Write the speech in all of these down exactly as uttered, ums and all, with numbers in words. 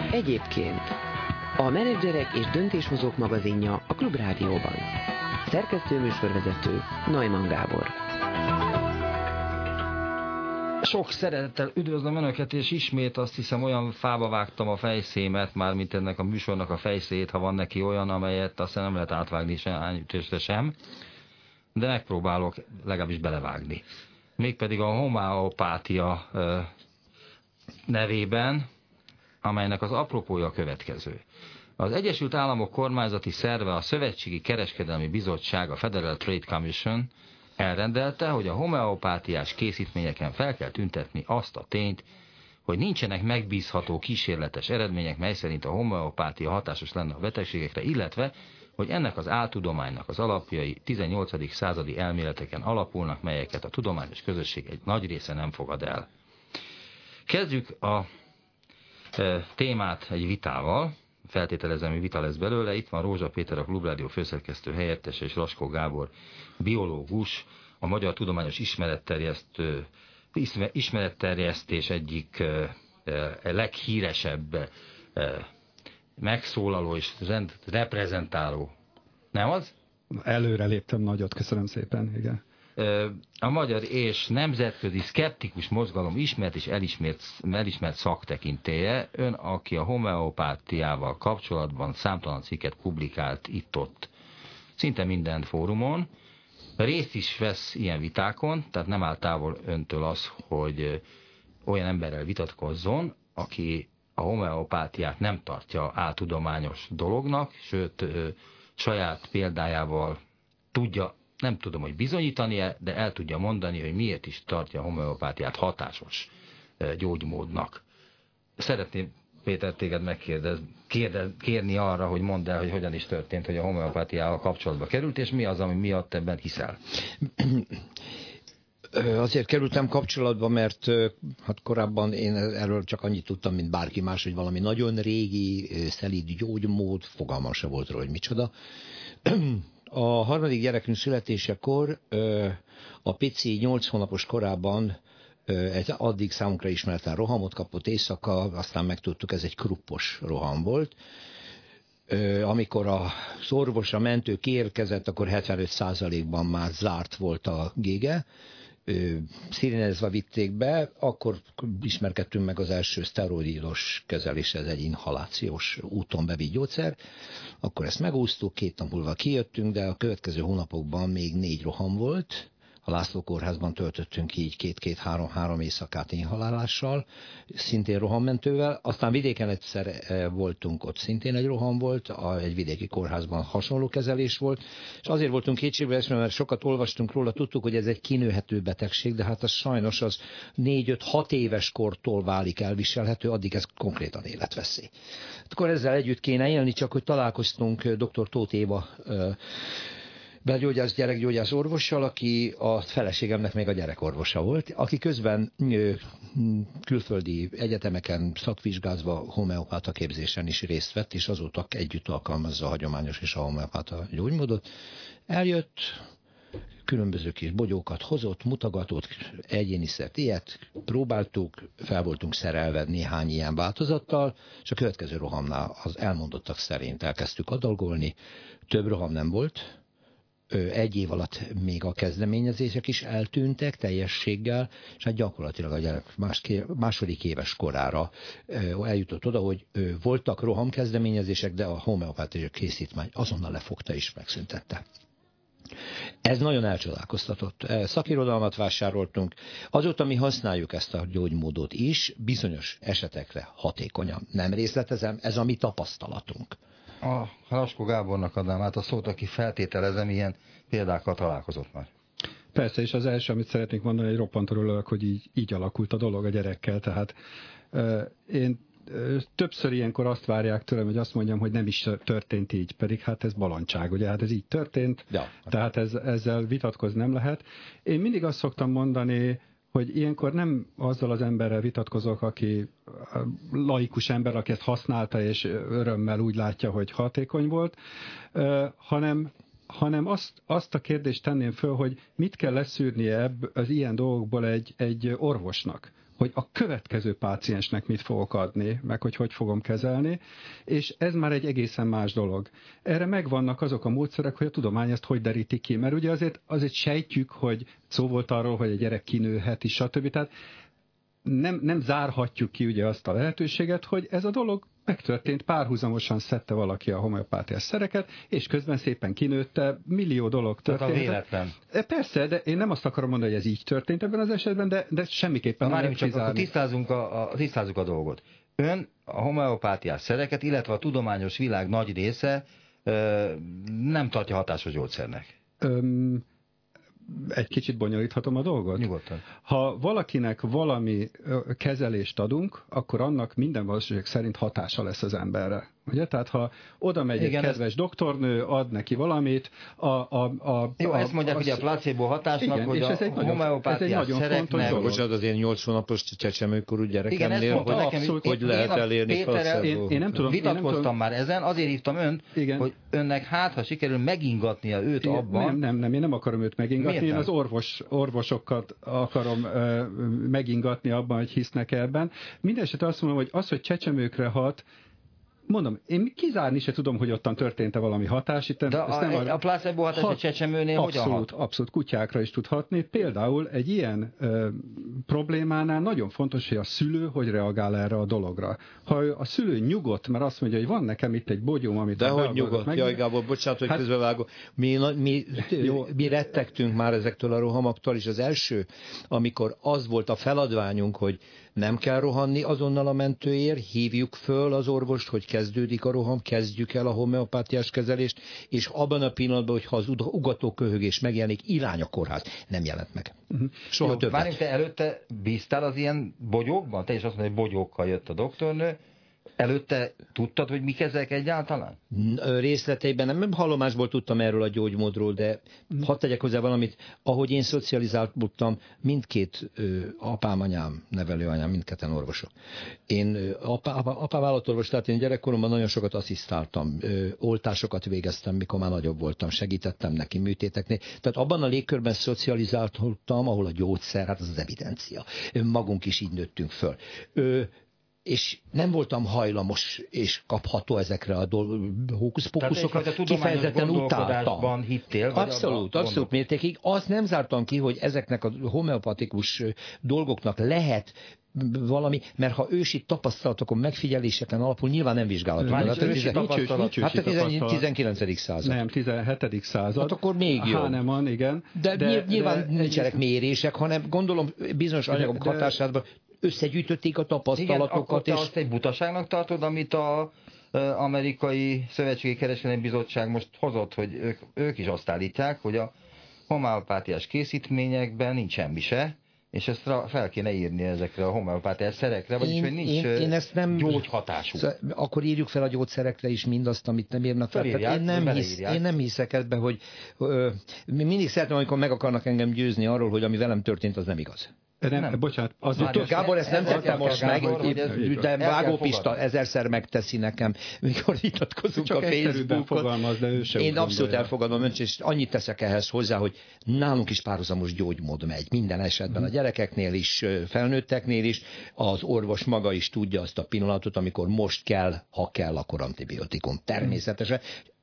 Egyébként a Menedzserek és Döntéshozók magazinja a Klubrádióban. Szerkesztő műsorvezető Neumann Gábor. Sok szeretettel üdvözlöm Önöket, és ismét azt hiszem olyan fába vágtam a fejszémet, mármint ennek a műsornak a fejszét, ha van neki olyan, amelyet aztán nem lehet átvágni sem, sem, de megpróbálok legalábbis belevágni. Mégpedig a homeopátia nevében, amelynek az apropója a következő. Az Egyesült Államok kormányzati szerve, a Szövetségi Kereskedelmi Bizottság, a Federal Trade Commission elrendelte, hogy a homeopátiás készítményeken fel kell tüntetni azt a tényt, hogy nincsenek megbízható kísérletes eredmények, mely szerint a homeopátia hatásos lenne a betegségekre, illetve, hogy ennek az áltudománynak az alapjai tizennyolcadik századi elméleteken alapulnak, melyeket a tudományos közösség egy nagy része nem fogad el. Kezdjük a e, témát egy vitával, feltételezem, hogy vita lesz belőle. Itt van Rózsa Péter, a Klubrádió főszerkesztő helyettese, és Raskó Gábor, biológus, a Magyar Tudományos Ismeretterjesztő, Ismeretterjesztés egyik e, e, leghíresebb e, megszólaló és rend, reprezentáló. Nem az? Előre léptem nagyot, köszönöm szépen, igen. A magyar és nemzetközi szkeptikus mozgalom ismert és elismert, elismert szaktekintélye. Ön, aki a homeopátiával kapcsolatban számtalan cikket publikált itt-ott, szinte minden fórumon, részt is vesz ilyen vitákon, tehát nem áll távol öntől az, hogy olyan emberrel vitatkozzon, aki a homeopátiát nem tartja áltudományos dolognak, sőt, ö, saját példájával tudja, nem tudom, hogy bizonyítani-e, de el tudja mondani, hogy miért is tartja a homeopátiát hatásos ö, gyógymódnak. Szeretném, Péter, téged megkérdez, kérdez, kérni arra, hogy mondd el, hogy hogyan is történt, hogy a homeopátiával kapcsolatba került, és mi az, ami miatt ebben hiszel. Azért kerültem kapcsolatba, mert hát korábban én erről csak annyit tudtam, mint bárki más, hogy valami nagyon régi, szelíd gyógymód, fogalmam se volt róla, hogy micsoda. A harmadik gyerekünk születésekor a pici nyolc hónapos korában egy addig számunkra ismeretlen rohamot kapott éjszaka, aztán megtudtuk, ez egy kruppos roham volt. Amikor az orvos, a mentő kiérkezett, akkor hetvenöt százalékban már zárt volt a gége, szirénezve vitték be, akkor ismerkedtünk meg az első szteroidos kezelés, ez egy inhalációs úton bevitt gyógyszer, akkor ezt megúsztuk, két nap múlva kijöttünk, de a következő hónapokban még négy roham volt. A László kórházban töltöttünk így két-két-három-három éjszakát inhalálással, szintén rohammentővel. Aztán vidéken egyszer voltunk, ott szintén egy roham volt, egy vidéki kórházban hasonló kezelés volt, és azért voltunk kétségbeesve, mert sokat olvastunk róla, tudtuk, hogy ez egy kinőhető betegség, de hát az sajnos az négy-öt-hat éves kortól válik elviselhető, addig ez konkrétan életveszély. Akkor ezzel együtt kéne élni, csak hogy találkoztunk dr. Tóth Éva belgyógyász, gyerekgyógyász orvossal, aki a feleségemnek még a gyerekorvosa volt, aki közben külföldi egyetemeken szakvizsgázva homeopáta képzésen is részt vett, és azóta együtt alkalmazza a hagyományos és a homeopáta gyógymódot. Eljött, különböző kis bogyókat hozott, mutogatott, egyéni szert ilyet, próbáltuk, fel voltunk szerelve néhány ilyen változattal, és a következő rohamnál az elmondottak szerint elkezdtük adalgolni, több roham nem volt. Egy év alatt még a kezdeményezések is eltűntek teljességgel, és hát gyakorlatilag a gyerek más, második éves korára eljutott oda, hogy voltak rohamkezdeményezések, de a homeopátiai készítmény azonnal lefogta és megszüntette. Ez nagyon elcsodálkoztatott. Szakirodalmat vásároltunk. Azóta mi használjuk ezt a gyógymódot is, bizonyos esetekre hatékonyan. Nem részletezem, ez a mi tapasztalatunk. A Raskó Gábornak adnám át a szót, aki feltételezem, ilyen példákkal találkozott már. Persze, és az első, amit szeretnék mondani, hogy roppant örülök, hogy így, így alakult a dolog a gyerekkel. Tehát euh, én euh, többször ilyenkor azt várják tőlem, hogy azt mondjam, hogy nem is történt így, pedig hát ez balancság, ugye, hát ez így történt, ja. Tehát ez, ezzel vitatkozni nem lehet. Én mindig azt szoktam mondani, hogy ilyenkor nem azzal az emberrel vitatkozok, aki laikus ember, aki ezt használta, és örömmel úgy látja, hogy hatékony volt, hanem, hanem azt, azt a kérdést tenném föl, hogy mit kell leszűrnie ebb, az ilyen dolgokból egy, egy orvosnak. hogy a következő páciensnek mit fogok adni, meg hogy hogy fogom kezelni, és ez már egy egészen más dolog. Erre megvannak azok a módszerek, hogy a tudomány ezt hogy deríti ki, mert ugye azért, azért sejtjük, hogy szó volt arról, hogy a gyerek kinőhet is, stb. Tehát nem, nem zárhatjuk ki ugye azt a lehetőséget, hogy ez a dolog megtörtént, párhuzamosan szedte valaki a homeopátiás szereket, és közben szépen kinőtte, millió dolog történt. Tehát a véletlen. Persze, de én nem azt akarom mondani, hogy ez így történt ebben az esetben, de, de semmiképpen Na, nem csak akkor tisztázunk a, a, tisztázunk a dolgot. Ön a homeopátiás szereket, illetve a tudományos világ nagy része ö, nem tartja hatásos gyógyszernek. Öm, egy kicsit bonyolíthatom a dolgot? Nyugodtan. Ha valakinek valami kezelést adunk, akkor annak minden valószínűség szerint hatása lesz az emberre. Ugye? Tehát ha oda megy egy kedves ez... doktornő, ad neki valamit, a... a, a Jó, a, ezt mondják a, ugye a placebo hatásnak, igen, hogy ez a homeopátiás szereknek... Bocsánat, az én nyolc hónapos csecsemőkorú gyerekemnél, hogy, abszolút, hogy lehet elérni placebo. Én, én nem tudom. Vitatkoztam én nem már ezen, azért hívtam önt, igen. hogy önnek hát, ha sikerül megingatnia őt igen, abban... Nem, nem, nem, én nem akarom őt megingatni, én az orvos, orvosokat akarom uh, megingatni abban, hogy hisznek ebben. Mindenesetre azt mondom, hogy az, hogy csecsemőkre hat, mondom, én kizárni se tudom, hogy ottan történt-e valami hatás. Itt de a, nem a, a placebo hatás hat, a csecsemőnél abszolút, hogyan hat? Abszolút, kutyákra is tud hatni. Például egy ilyen ö, problémánál nagyon fontos, hogy a szülő hogy reagál erre a dologra. Ha a szülő nyugodt, mert azt mondja, hogy van nekem itt egy bogyóm, amit... De hogy nyugodt? Meg... Jaj, Gábor, bocsánat, hogy hát, közbevágom. Mi, mi, mi rettegtünk már ezektől a rohamoktól, és az első, amikor az volt a feladványunk, hogy nem kell rohanni azonnal a mentőért, hívjuk föl az orvost, hogy kezdődik a roham, kezdjük el a homeopátiás kezelést, és abban a pillanatban, hogyha az ugatóköhögés megjelenik, irány a kórház. Nem jelent meg. Uh-huh. Soha többet. Várjunk, te előtte bíztál az ilyen bogyókban? Te is azt mondod, hogy bogyókkal jött a doktornő. Előtte tudtad, hogy mik ezek egyáltalán? Részleteiben nem, hallomásból tudtam erről a gyógymódról, de hadd tegyek hozzá valamit, ahogy én szocializálódtam, mindkét ö, apám, anyám, nevelőanyám, mindketten orvosok. Én apá, apá, apám állatorvos, tehát én gyerekkoromban nagyon sokat asszisztáltam, ö, oltásokat végeztem, mikor már nagyobb voltam, segítettem neki műtéteknél. Tehát abban a légkörben szocializálódtam, ahol a gyógyszer, hát az az evidencia. Magunk is így nőttünk föl. Ö, és nem voltam hajlamos és kapható ezekre a hókuszpókuszokra, kifejezetten utáltam. Hittél, abszolút, abszolút mértékig. Azt nem zártam ki, hogy ezeknek a homeopatikus dolgoknak lehet valami, mert ha ősi tapasztalatokon, megfigyeléseken alapul nyilván nem vizsgálatok. Hát a tizenkilencedik század. Nem, tizenhetedik század. Hát akkor még jobb. Hahnemann, igen. De, de nyilván de, nincsenek mérések, hanem gondolom bizonyos anyagok de, hatásában összegyűjtötték a tapasztalatokat. Igen, akkor te és... azt egy butaságnak tartod, amit a amerikai Szövetségi Kereskedelmi Bizottság most hozott, hogy ők, ők is azt állítják, hogy a homeopátiás készítményekben nincs semmi se, és ezt fel kéne írni ezekre a homeopátiás szerekre, vagyis én, hogy nincs én, én ezt nem, gyógyhatású. Akkor írjuk fel a gyógyszerekre is mindazt, amit nem írnak fel. Én nem, hisz, én nem hiszek ebbe, hogy ö, mindig szeretem, amikor meg akarnak engem győzni arról, hogy ami velem történt, az nem igaz. Nem, nem. Bocsánat. Az Várjál, Gábor, ezt nem tettem most meg, de Vágópista ezerszer megteszi nekem, mikor vitatkozunk csak a Facebookon. Fogalmaz, de ő sem Én abszolút elfogadom önt, és annyit teszek ehhez hozzá, hogy nálunk is párhuzamos gyógymód megy. Minden esetben a gyerekeknél is, felnőtteknél is. Az orvos maga is tudja azt a pillanatot, amikor most kell, ha kell, akkor antibiotikum. Természetesen.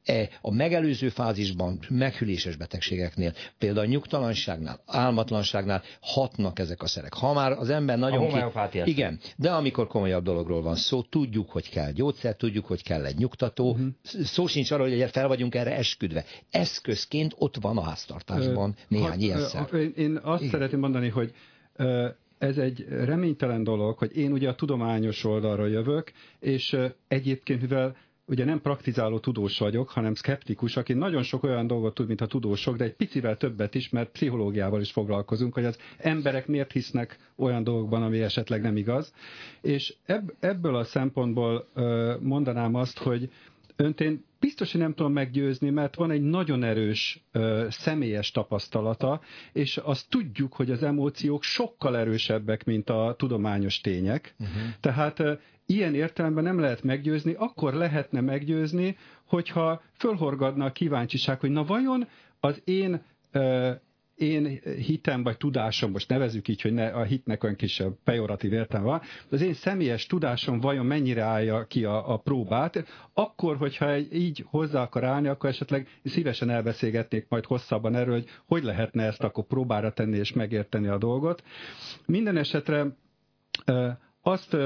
A megelőző fázisban, meghűléses betegségeknél, például nyugtalanságnál, álmatlanságnál hatnak ezek a szerek. Ha már az ember nagyon ki... Igen, de amikor komolyabb dologról van szó, tudjuk, hogy kell gyógyszer, tudjuk, hogy kell egy nyugtató. Uh-huh. Szó sincs arról, hogy fel vagyunk erre esküdve. Eszközként ott van a háztartásban uh, néhány ha, ilyen szer. Uh, én azt Igen. szeretném mondani, hogy uh, ez egy reménytelen dolog, hogy én ugye a tudományos oldalra jövök, és uh, egyébként, mivel ugye nem praktizáló tudós vagyok, hanem szkeptikus, aki nagyon sok olyan dolgot tud, mint a tudósok, de egy picivel többet is, mert pszichológiával is foglalkozunk, hogy az emberek miért hisznek olyan dolgokban, ami esetleg nem igaz. És ebb, ebből a szempontból mondanám azt, hogy önt én biztos, hogy nem tudom meggyőzni, mert van egy nagyon erős ö, személyes tapasztalata, és azt tudjuk, hogy az emóciók sokkal erősebbek, mint a tudományos tények. Uh-huh. Tehát ö, ilyen értelemben nem lehet meggyőzni, akkor lehetne meggyőzni, hogyha fölhorgadna a kíváncsiság, hogy na vajon az én ö, én hitem, vagy tudásom, most nevezzük így, hogy ne, a hitnek olyan kis pejoratív értelme van, az én személyes tudásom vajon mennyire állja ki a, a próbát, akkor, hogyha így hozzá akar állni, akkor esetleg szívesen elbeszélgetnék majd hosszabban erről, hogy hogy lehetne ezt akkor próbára tenni és megérteni a dolgot. Minden esetre azt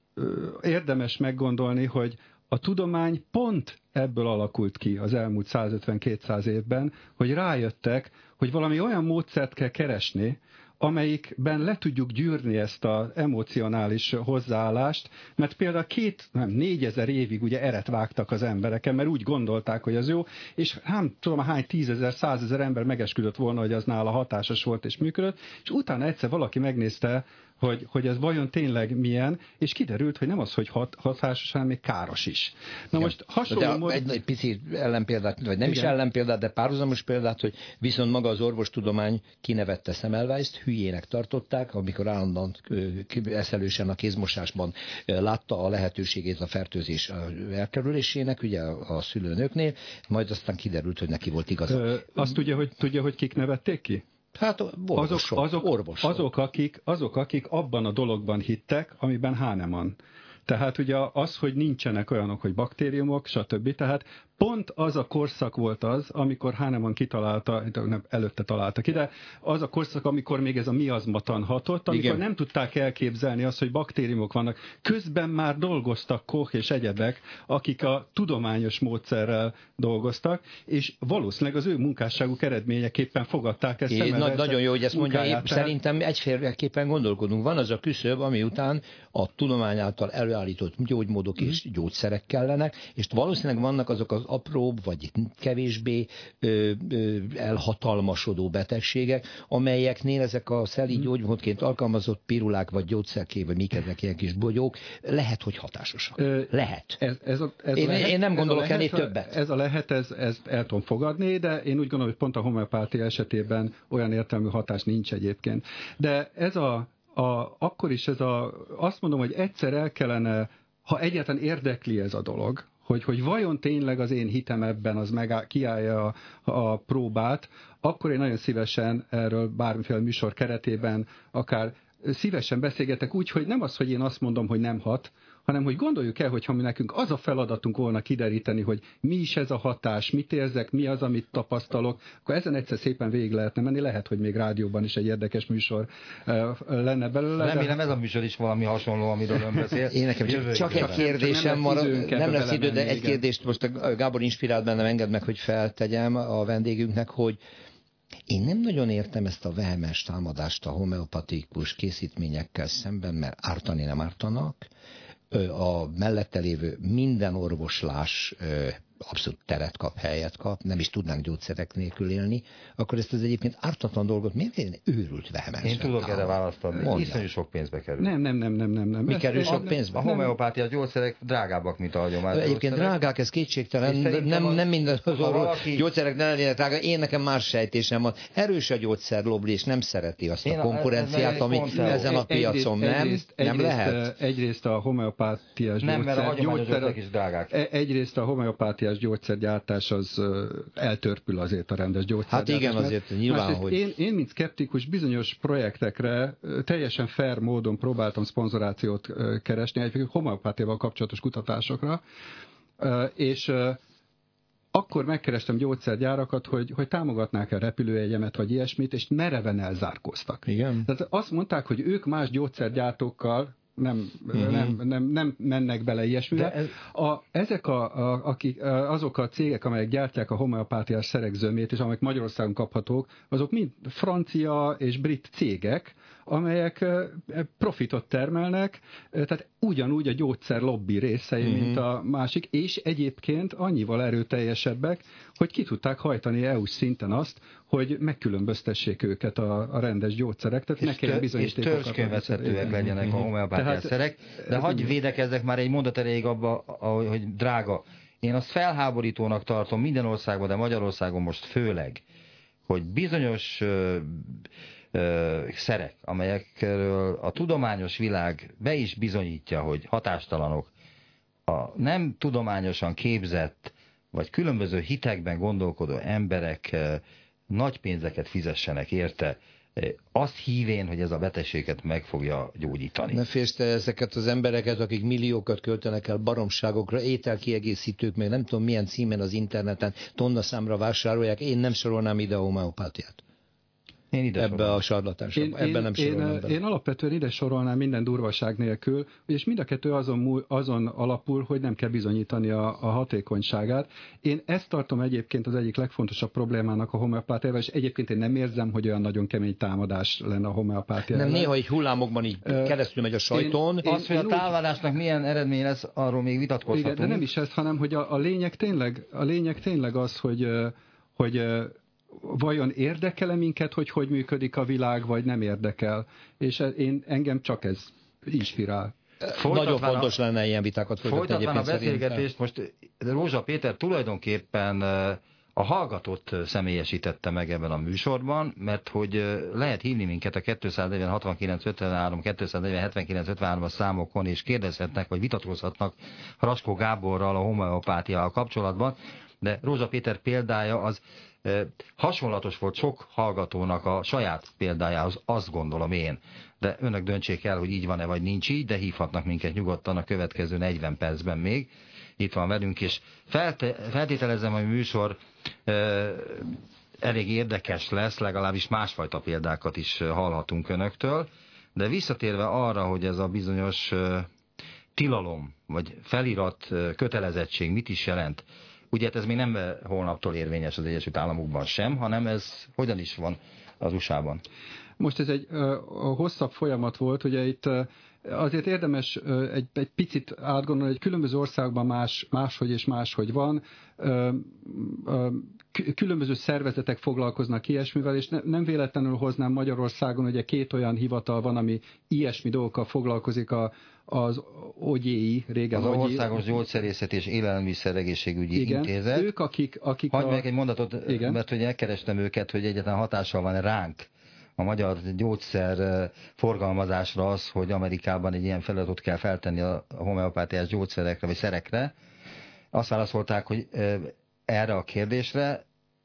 érdemes meggondolni, hogy a tudomány pont ebből alakult ki az elmúlt százötven-kétszáz évben, hogy rájöttek, hogy valami olyan módszert kell keresni, amelyikben le tudjuk gyűrni ezt az emocionális hozzáállást, mert például két, nem, négyezer évig ugye eret vágtak az embereken, mert úgy gondolták, hogy az jó, és nem tudom hány tízezer, százezer ember megesküdött volna, hogy az nála hatásos volt és működött, és utána egyszer valaki megnézte, hogy, hogy ez vajon tényleg milyen, és kiderült, hogy nem az, hogy hat, hatásos, hanem még káros is. Na igen. Most hasonló... Mód... Egy, egy pici ellenpéldát, vagy nem igen. is ellenpéldát, de párhuzamos példát, hogy viszont maga az orvostudomány kinevette Semmelweist, hülyének tartották, amikor állandóan eszelősen a kézmosásban látta a lehetőségét a fertőzés elkerülésének, ugye a szülőnöknél, majd aztán kiderült, hogy neki volt igaza. Ö, azt tudja, hogy, tudja, hogy kik nevették ki? Hát orvosok, azok, azok, orvosok. Azok, akik, azok, akik abban a dologban hittek, amiben Hahnemann. Tehát ugye az, hogy nincsenek olyanok, hogy baktériumok, stb. Tehát pont az a korszak volt az, amikor Hahnemann kitalálta, nem előtte találta ki, de az a korszak, amikor még ez a miazmatan hatott, amikor igen. nem tudták elképzelni azt, hogy baktériumok vannak. Közben már dolgoztak Koch és egyebek, akik a tudományos módszerrel dolgoztak, és valószínűleg az ő munkásságuk eredményeképpen fogadták ezt. É, na, nagyon jó, hogy ezt mondja, épp tehát... szerintem egyféleképpen gondolkodunk. Van az a küszöb, ami után a tudomány által előállított gyógymódok mm. és gyógyszerek kellenek, és valószínűleg vannak azok az apróbb, vagy kevésbé ö, ö, elhatalmasodó betegségek, amelyeknél ezek a szeli gyógymódként alkalmazott pirulák, vagy gyógyszerké, vagy mik ezek ilyen kis bogyók, lehet, hogy hatásosak. Ö, lehet. Ez, ez a, ez én, lehet, én nem gondolok ennél többet. Ez a lehet, ez, ezt el tudom fogadni, de én úgy gondolom, hogy pont a homeopátia esetében olyan értelmű hatás nincs egyébként. De ez a, a akkor is ez a, azt mondom, hogy egyszer el kellene, ha egyáltalán érdekli ez a dolog, hogy, hogy vajon tényleg az én hitem ebben az meg kiállja a, a próbát, akkor én nagyon szívesen erről bármiféle műsor keretében akár szívesen beszélgetek úgy, hogy nem az, hogy én azt mondom, hogy nem hat, hanem hogy gondoljuk el, hogy ha mi nekünk az a feladatunk volna kideríteni, hogy mi is ez a hatás, mit érzek, mi az, amit tapasztalok, akkor ezen egyszer szépen végig lehetne menni. Lehet, hogy még rádióban is egy érdekes műsor lenne belőle. Remélem ez a műsor is valami hasonló, amiről ön beszél. Én nekem csak, csak egy kérdésem marad, nem lesz idő, de egy kérdést most a Gábor inspirált bennem, engedd meg, hogy feltegyem a vendégünknek, hogy én nem nagyon értem ezt a vehemes támadást a homeopatikus készítményekkel szemben, mert ártani nem ártanak. A mellette lévő minden orvoslás abszolút teret kap, helyet kap, nem is tudnánk gyógyszerek nélkül élni, akkor ezt az egyébként ártatlan dolgot miért én őrült vehemensben? Én tudok erre választ adni. Iszonyú sok pénzbe kerül. Nem, nem, nem, nem, nem. nem. Mi kerül sok pénzbe? A homeopátiás gyógyszerek drágábbak, mint a hagyományos Egyébként gyógyszerek. drágák, ez kétségtelen, nem, nem minden az valaki... gyógyszerek ne lennének drágák. Én nekem más sejtésem van. Erős a gyógyszerlobbi, és nem szereti azt a konkurenciát, ami ezen a piacon nem, nem lehet. Egyrészt a homeopátiás gyógyszer... Egyrészt a homeopátiás gyógyszergyártás az eltörpül azért a rendes gyógyszergyártás. Hát igen, azért nyilván, hogy... Én, én, mint szkeptikus, bizonyos projektekre teljesen fair módon próbáltam szponzorációt keresni, egyébként homeopátiával kapcsolatos kutatásokra, és akkor megkerestem gyógyszergyárakat, hogy, hogy támogatnák-e repülőjegyemet, vagy ilyesmit, és mereven elzárkóztak. Igen. Tehát azt mondták, hogy ők más gyógyszergyártókkal Nem, uh-huh. nem, nem, nem mennek bele ilyesmire. Ez... A, ezek a, a, akik, azok a cégek, amelyek gyártják a homeopátiás szerek zömét, és amelyek Magyarországon kaphatók, azok mind francia és brit cégek, amelyek profitot termelnek, tehát ugyanúgy a gyógyszer lobby részei, uh-huh. mint a másik, és egyébként annyival erőteljesebbek, hogy ki tudták hajtani é u-s szinten azt, hogy megkülönböztessék őket a, a rendes gyógyszerek, tehát és ne kelljen bizonyítékokat. És törzskönyvezhetőek legyenek a homeopátiás szerek, de hagyj védekezzek már egy mondat erejéig abba, hogy drága. Én azt felháborítónak tartom minden országban, de Magyarországon most főleg, hogy bizonyos ö, ö, szerek, amelyekről a tudományos világ be is bizonyítja, hogy hatástalanok, a nem tudományosan képzett, vagy különböző hitekben gondolkodó emberek ö, nagy pénzeket fizessenek érte, azt hívén, hogy ez a betegséget meg fogja gyógyítani. Ne félsz te ezeket az embereket, akik milliókat költenek el baromságokra, ételkiegészítők, meg nem tudom milyen címen az interneten tonna számra vásárolják, én nem sorolnám ide a homeopátiát. Én ide ebbe sorolom. a sarlatánságba. Ebben nem sorolnám én, bele. én alapvetően ide sorolnám minden durvaság nélkül, és mind a kettő azon, azon alapul, hogy nem kell bizonyítani a, a hatékonyságát. Én ezt tartom egyébként az egyik legfontosabb problémának a homeopátiával, és egyébként én nem érzem, hogy olyan nagyon kemény támadás lenne a homeopátia. Nem, néha egy hullámokban így uh, keresztül megy a sajton. Én, az, hogy a támadásnak milyen eredmény lesz, arról még vitatkozhatunk. Igen, de nem is ez, hanem hogy a, a, lényeg, tényleg, a lényeg tényleg az, hogy, hogy vajon érdekel-e minket, hogy hogy működik a világ, vagy nem érdekel. És én, engem csak ez inspirál. Nagyon fontos a, lenne ilyen vitákat folytatni. Folytatván a beszélgetést, most Rózsa Péter tulajdonképpen a hallgatót személyesítette meg ebben a műsorban, mert hogy lehet hívni minket a kétszáznegyven hatvankilenc ötvenhárom, kétszáznegyven hetvenkilenc ötvenhárom számokon, és kérdezhetnek, vagy vitatkozhatnak Raskó Gáborral a homeopátiával kapcsolatban, de Rózsa Péter példája az hasonlatos volt sok hallgatónak a saját példájához, azt gondolom én. De önök döntsék el, hogy így van-e, vagy nincs így, de hívhatnak minket nyugodtan a következő negyven percben még. Itt van velünk, és felte, feltételezem, hogy a műsor e, elég érdekes lesz, legalábbis másfajta példákat is hallhatunk önöktől. De visszatérve arra, hogy ez a bizonyos e, tilalom, vagy felirat e, kötelezettség mit is jelent, ugye ez még nem holnaptól érvényes az Egyesült Államokban sem, hanem ez hogyan is van az u es á-ban? Most ez egy uh, hosszabb folyamat volt, ugye itt uh, azért érdemes uh, egy, egy picit átgondolni, hogy különböző országban más, máshogy és máshogy van. Uh, uh, különböző szervezetek foglalkoznak ilyesmivel, és ne, nem véletlenül hoznám Magyarországon, ugye két olyan hivatal van, ami ilyesmi dolgokkal foglalkozik, a az o gé i, régen az o gé i. Országos Gyógyszerészet és Élelmiszeregészségügyi Igen, Intézet. Ők, akik... akik Hagyj a... meg egy mondatot, igen? Mert hogy elkerestem őket, hogy egyáltalán hatással van ránk a magyar gyógyszer forgalmazásra az, hogy Amerikában egy ilyen feladatot kell feltenni a homeopátiás gyógyszerekre vagy szerekre. Azt válaszolták, hogy erre a kérdésre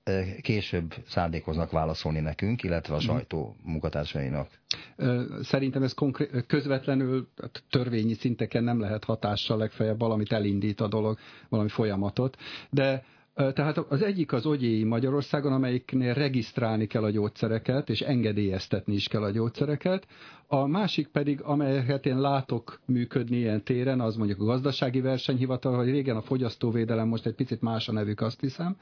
később szándékoznak válaszolni nekünk, illetve a sajtó munkatársainak. Szerintem ez konkrét, közvetlenül törvényi szinteken nem lehet hatással, legfeljebb valamit elindít a dolog, valami folyamatot, de tehát az egyik az o gé i Magyarországon, amelyiknél regisztrálni kell a gyógyszereket, és engedélyeztetni is kell a gyógyszereket. A másik pedig, amelyeket én látok működni ilyen téren, az mondjuk a gazdasági versenyhivatal, vagy régen a fogyasztóvédelem, most egy picit más a nevük, azt hiszem,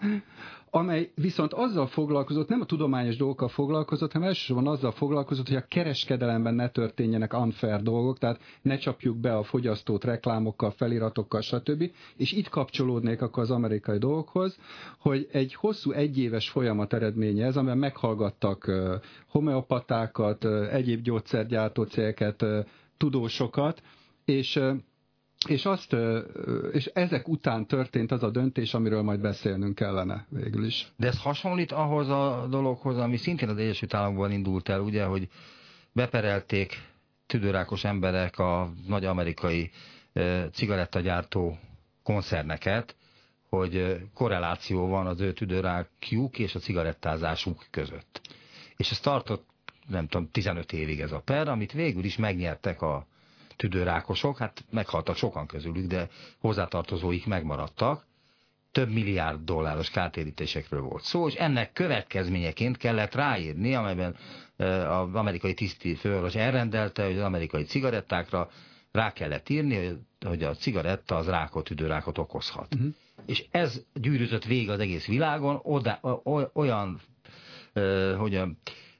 amely viszont azzal foglalkozott, nem a tudományos dolgokkal foglalkozott, hanem elsősorban azzal foglalkozott, hogy a kereskedelemben ne történjenek unfair dolgok, tehát ne csapjuk be a fogyasztót reklámokkal, feliratokkal, stb. És itt kapcsolódnék akkor az amerikai dolgokhoz, hogy egy hosszú egyéves folyamat eredménye ez, amiben meghallgattak homeopatákat, egyéb gyógyszergyártó cégeket, tudósokat, és, és, azt, és ezek után történt az a döntés, amiről majd beszélnünk kellene végül is. De ez hasonlít ahhoz a dologhoz, ami szintén az Egyesült Államokban indult el, ugye, hogy beperelték tüdőrákos emberek a nagy amerikai cigarettagyártó koncerneket, hogy korreláció van az ő tüdőrákjuk és a cigarettázásuk között. És ez tartott, nem tudom, tizenöt évig ez a per, amit végül is megnyertek a tüdőrákosok, hát meghaltak sokan közülük, de hozzátartozóik megmaradtak. Több milliárd dolláros kártérítésekről volt szó, és ennek következményeként kellett ráírni, amelyben az amerikai tisztifőorvos elrendelte, hogy az amerikai cigarettákra rá kellett írni, hogy a cigaretta az rákot, tüdőrákot okozhat. Uh-huh. És ez gyűrűzött végig az egész világon, oda, olyan uh, hogy a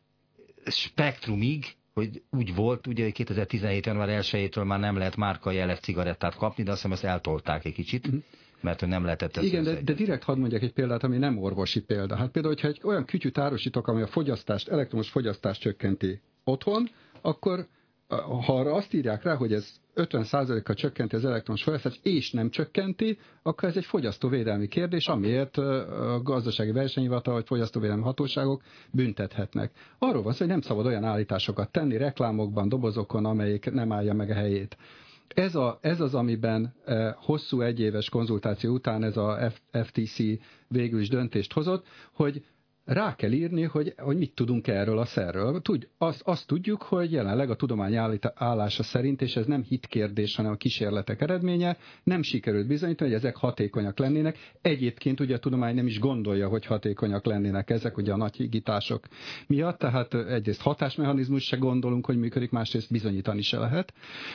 spektrumig, hogy úgy volt, ugye, hogy kétezer-tizenhét január elsejétől már nem lehet márkajeles cigarettát kapni, de azt hiszem ezt eltolták egy kicsit, uh-huh. mert hogy nem lehetett ezt. Igen, de, de direkt hadd mondjak egy példát, ami nem orvosi példa. Hát például, hogyha egy olyan kütyűt árusítok, ami a fogyasztást, elektromos fogyasztást csökkenti otthon, akkor ha arra azt írják rá, hogy ez ötven százalékkal csökkenti az elektromos fogyasztást, és nem csökkenti, akkor ez egy fogyasztóvédelmi kérdés, amiért a gazdasági versenyhivatal vagy fogyasztóvédelmi hatóságok büntethetnek. Arról van szó, hogy nem szabad olyan állításokat tenni reklámokban, dobozokon, amelyik nem állja meg a helyét. Ez, a, ez az, amiben eh, hosszú egyéves konzultáció után ez a ef té cé végül is döntést hozott, hogy rá kell írni, hogy, hogy mit tudunk erről a szerről. Tud, azt, azt tudjuk, hogy jelenleg a tudomány állása szerint, és ez nem hitkérdés, hanem a kísérletek eredménye, nem sikerült bizonyítani, hogy ezek hatékonyak lennének. Egyébként ugye a tudomány nem is gondolja, hogy hatékonyak lennének ezek, ugye a nagy higítások miatt, tehát egyrészt hatásmechanizmus se gondolunk, hogy működik, másrészt bizonyítani se lehet.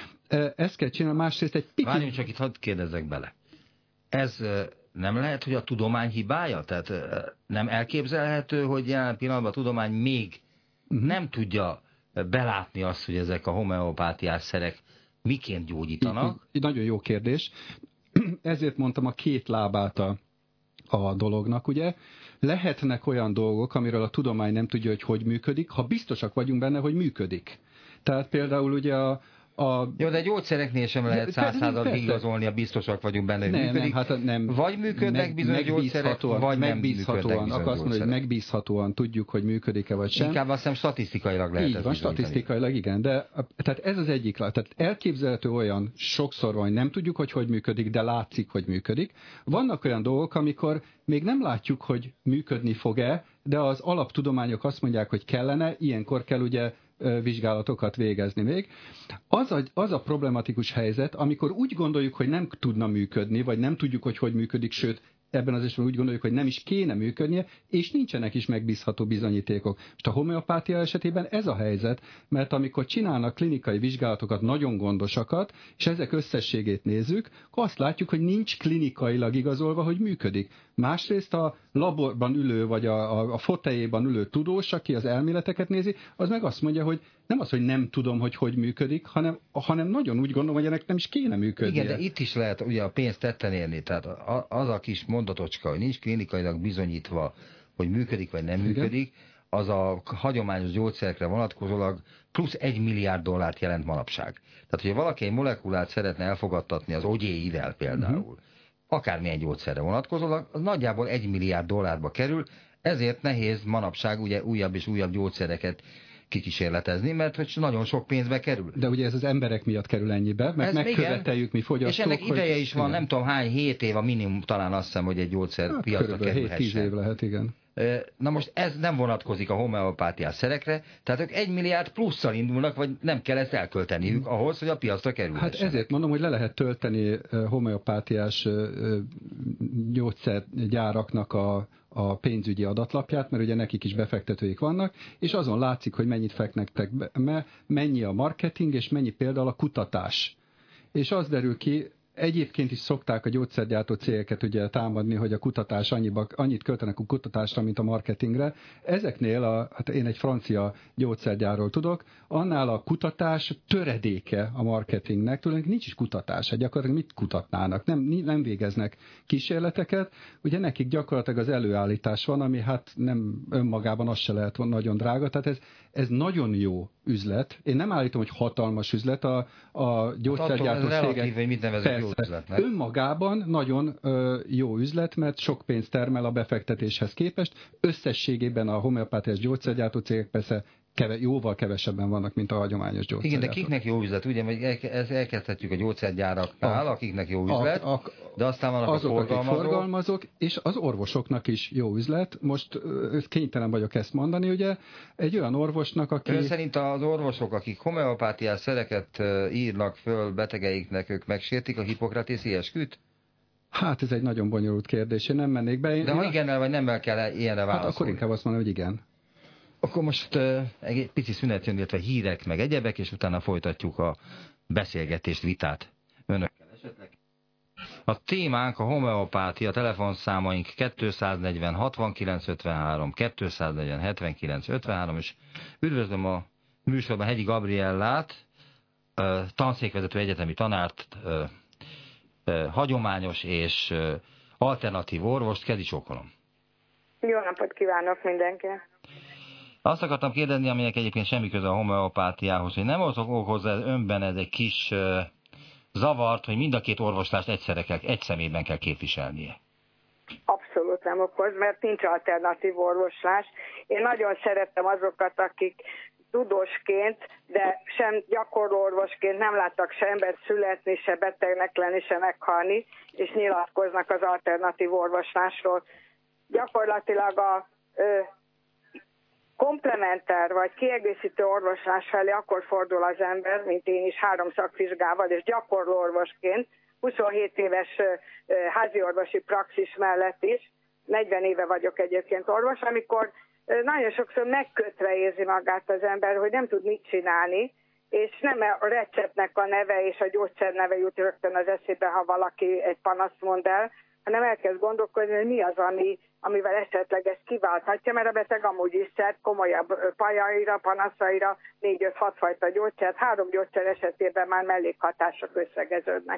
Ezt kell csinálni, másrészt egy picit... Várjunk csak, itt hadd kérdezzek bele. Ez nem lehet, hogy a tudomány hibája? Tehát nem elképzelhető, hogy jelen pillanatban a tudomány még uh-huh. nem tudja belátni azt, hogy ezek a homeopátiás szerek miként gyógyítanak? Így, nagyon jó kérdés. Ezért mondtam a két lábát a, a dolognak, ugye. Lehetnek olyan dolgok, amiről a tudomány nem tudja, hogy hogy működik, ha biztosak vagyunk benne, hogy működik. Tehát például ugye a A... Jó, de gyógyszereknél sem lehet száz százalékig igazolni, a biztosak vagyunk benne, hogy nem, működik. Nem, hát nem, vagy működnek meg, bizonyos gyógyszerek, vagy nem működnek bizonyos akkor azt mondom, hogy megbízhatóan tudjuk, hogy működik-e vagy sem. Inkább azt hiszem statisztikailag lehet Így ezt van, bizonyítani. statisztikailag igen, de tehát ez az egyik. Tehát elképzelhető olyan sokszor van, hogy nem tudjuk, hogy hogy működik, de látszik, hogy működik. Vannak olyan dolgok, amikor még nem látjuk, hogy működni fog-e, de az alaptudományok azt mondják, hogy kellene, ilyenkor kell ugye vizsgálatokat végezni még. Az a, az a problematikus helyzet, amikor úgy gondoljuk, hogy nem tudna működni, vagy nem tudjuk, hogy hogy működik, sőt, ebben az esetben úgy gondoljuk, hogy nem is kéne működnie, és nincsenek is megbízható bizonyítékok. Most a homeopátia esetében ez a helyzet, mert amikor csinálnak klinikai vizsgálatokat, nagyon gondosakat, és ezek összességét nézzük, akkor azt látjuk, hogy nincs klinikailag igazolva, hogy működik. Másrészt a laborban ülő, vagy a, a, a foteljében ülő tudós, aki az elméleteket nézi, az meg azt mondja, hogy nem az, hogy nem tudom, hogy hogy működik, hanem, hanem nagyon úgy gondolom, hogy ennek nem is kéne működnie. Igen, de itt is lehet ugye a pénzt tetten érni. Tehát az a kis mondatocska, hogy nincs klinikailag bizonyítva, hogy működik vagy nem működik, igen, az a hagyományos gyógyszerekre vonatkozólag plusz egy milliárd dollárt jelent manapság. Tehát, hogyha valaki egy molekulát szeretne elfogadtatni az ogyéivel például, uh-huh. akármilyen gyógyszerre vonatkozólag, az nagyjából egy milliárd dollárba kerül, ezért nehéz manapság ugye újabb és újabb gyógyszereket kikísérletezni, mert hogy nagyon sok pénzbe kerül. De ugye ez az emberek miatt kerül ennyibe, mert ez megköveteljük mi fogyasztók. És ennek ideje hogy... is van, igen, nem tudom hány, hét év a minimum, talán azt hiszem, hogy egy gyógyszer hát, piacra kerülhessen. hét-tíz év lehet, igen. Na most ez nem vonatkozik a homeopátiás szerekre, tehát ők egy milliárd plusszal indulnak, vagy nem kell ezt elkölteniük ahhoz, hogy a piacra kerülhessenek. Hát ezért mondom, hogy le lehet tölteni homeopátiás gyógyszergyáraknak a a pénzügyi adatlapját, mert ugye nekik is befektetőik vannak, és azon látszik, hogy mennyit fektetnek be, mennyi a marketing, és mennyi például a kutatás. És az derül ki, egyébként is szokták a gyógyszergyártó cégeket ugye támadni, hogy a kutatás annyiba, annyit költenek a kutatásra, mint a marketingre. Ezeknél, a, hát én egy francia gyógyszergyárról tudok, annál a kutatás töredéke a marketingnek, tulajdonképpen nincs is kutatás, hát gyakorlatilag mit kutatnának, nem, nem végeznek kísérleteket, ugye nekik gyakorlatilag az előállítás van, ami hát nem önmagában az se lehet nagyon drága, tehát ez, ez nagyon jó üzlet. Én nem állítom, hogy hatalmas üzlet a, a gyógyszergyártó cégek. Üzletnek. Önmagában nagyon ö, jó üzlet, mert sok pénzt termel a befektetéshez képest. Összességében a homeopátiás gyógyszergyártó cégek persze keve, jóval kevesebben vannak, mint a hagyományos gyógyszergyártók. Igen, de kiknek jó üzlet? Ugye, hogy el, elkezdhetjük a gyógyszergyáraknál, a, akiknek jó üzlet, a, a, de aztán vannak azok, a forgalmazók. forgalmazók. És az orvosoknak is jó üzlet. Most kénytelen vagyok ezt mondani, ugye, egy olyan orvosnak, aki... Ön szerint az orvosok, akik homeopátiás szereket írnak föl betegeiknek, ők megsértik a hippokratészi esküt? Hát ez egy nagyon bonyolult kérdés, én nem mennék be. Én, de ha igennel vagy nemmel kell ilyenre válaszolni? Hát akkor inkább azt mondom, hogy igen. Akkor most uh, egy pici szünet jön, illetve hírek, meg egyebek, és utána folytatjuk a beszélgetést, vitát önökkel esetleg. A témánk a homeopátia, telefonszámaink kétszáznegyven hatvankilenc ötvenhárom, kétszáznegyven hetvenkilenc ötvenhárom, és üdvözlöm a műsorban Hegyi Gabriellát, uh, tanszékvezető egyetemi tanárt, uh, uh, hagyományos és uh, alternatív orvost. Kezi csókolom. Jó napot kívánok mindenkinek! Azt akartam kérdezni, aminek egyébként semmi köze a homeopátiához, hogy nem okozza önben ez egy kis uh, zavart, hogy mind a két orvoslást egyszerre kell, egy személyben kell képviselnie? Abszolút nem okoz, mert nincs alternatív orvoslás. Én nagyon szeretem azokat, akik tudósként, de sem gyakorló orvosként nem láttak se embert születni, se betegnek lenni, se meghalni, és nyilatkoznak az alternatív orvoslásról. Gyakorlatilag a ö, komplementer vagy kiegészítő orvoslás felé akkor fordul az ember, mint én is három szakvizsgával és gyakorló orvosként, huszonhét éves háziorvosi praxis mellett is, negyven éve vagyok egyébként orvos, amikor nagyon sokszor megkötve érzi magát az ember, hogy nem tud mit csinálni, és nem a receptnek a neve és a gyógyszer neve jut rögtön az eszébe, ha valaki egy panaszt mond el, hanem elkezd gondolkodni, hogy mi az, ami, amivel esetleg ezt kiválthatja, mert a beteg amúgy is szert komolyabb pajaira, panaszaira, négy-öt-hat fajta gyógyszert, három gyógyszer esetében már mellékhatások összegeződnek.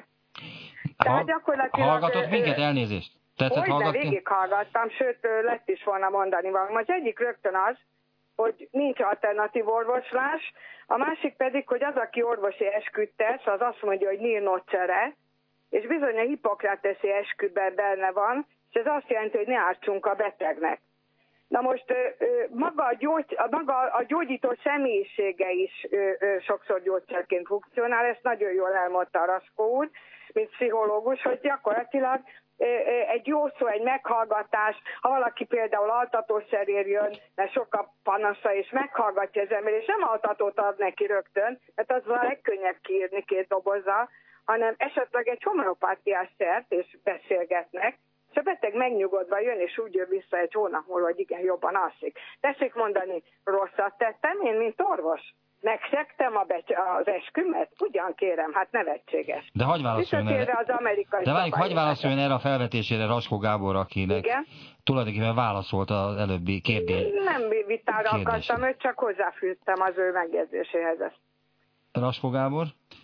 Ha, gyakorlatilag... Hallgatott minket, elnézést? Tetszett hallgatni? Végighallgattam, sőt lett is volna mondani valami. Az egyik rögtön az, hogy nincs alternatív orvoslás, a másik pedig, hogy az, aki orvosi esküt tesz, az azt mondja, hogy níl nocere, és bizony a Hippokrateszi esküben benne van, és ez azt jelenti, hogy ne ártsunk a betegnek. Na most maga a, gyógy, maga a gyógyító személyisége is sokszor gyógyszerként funkcionál, ezt nagyon jól elmondta Raskó úr, mint pszichológus, hogy gyakorlatilag egy jó szó, egy meghallgatás, ha valaki például altatószerér jön, mert sok a panasza, és meghallgatja az ember, és nem altatót ad neki rögtön, mert az a legkönnyebb kiírni két dobozza, hanem esetleg egy homeopátiás szert, és beszélgetnek, és a beteg megnyugodva jön, és úgy jön vissza egy hónap múlva, hogy igen, jobban alszik. Tessék mondani, rosszat tettem én, mint orvos? Megszegtem a az eskümet? Ugyan kérem, hát nevetséges. De hagyj válaszoljon erre, az amerikai De várjuk, hagyj válaszoljon erre a felvetésére Raskó Gábor, akinek igen? tulajdonképpen válaszolt az előbbi kérdés. Nem vitára akartam, őt csak hozzáfűztem az ő megjegyzéséhez ezt. Raskó Gábor?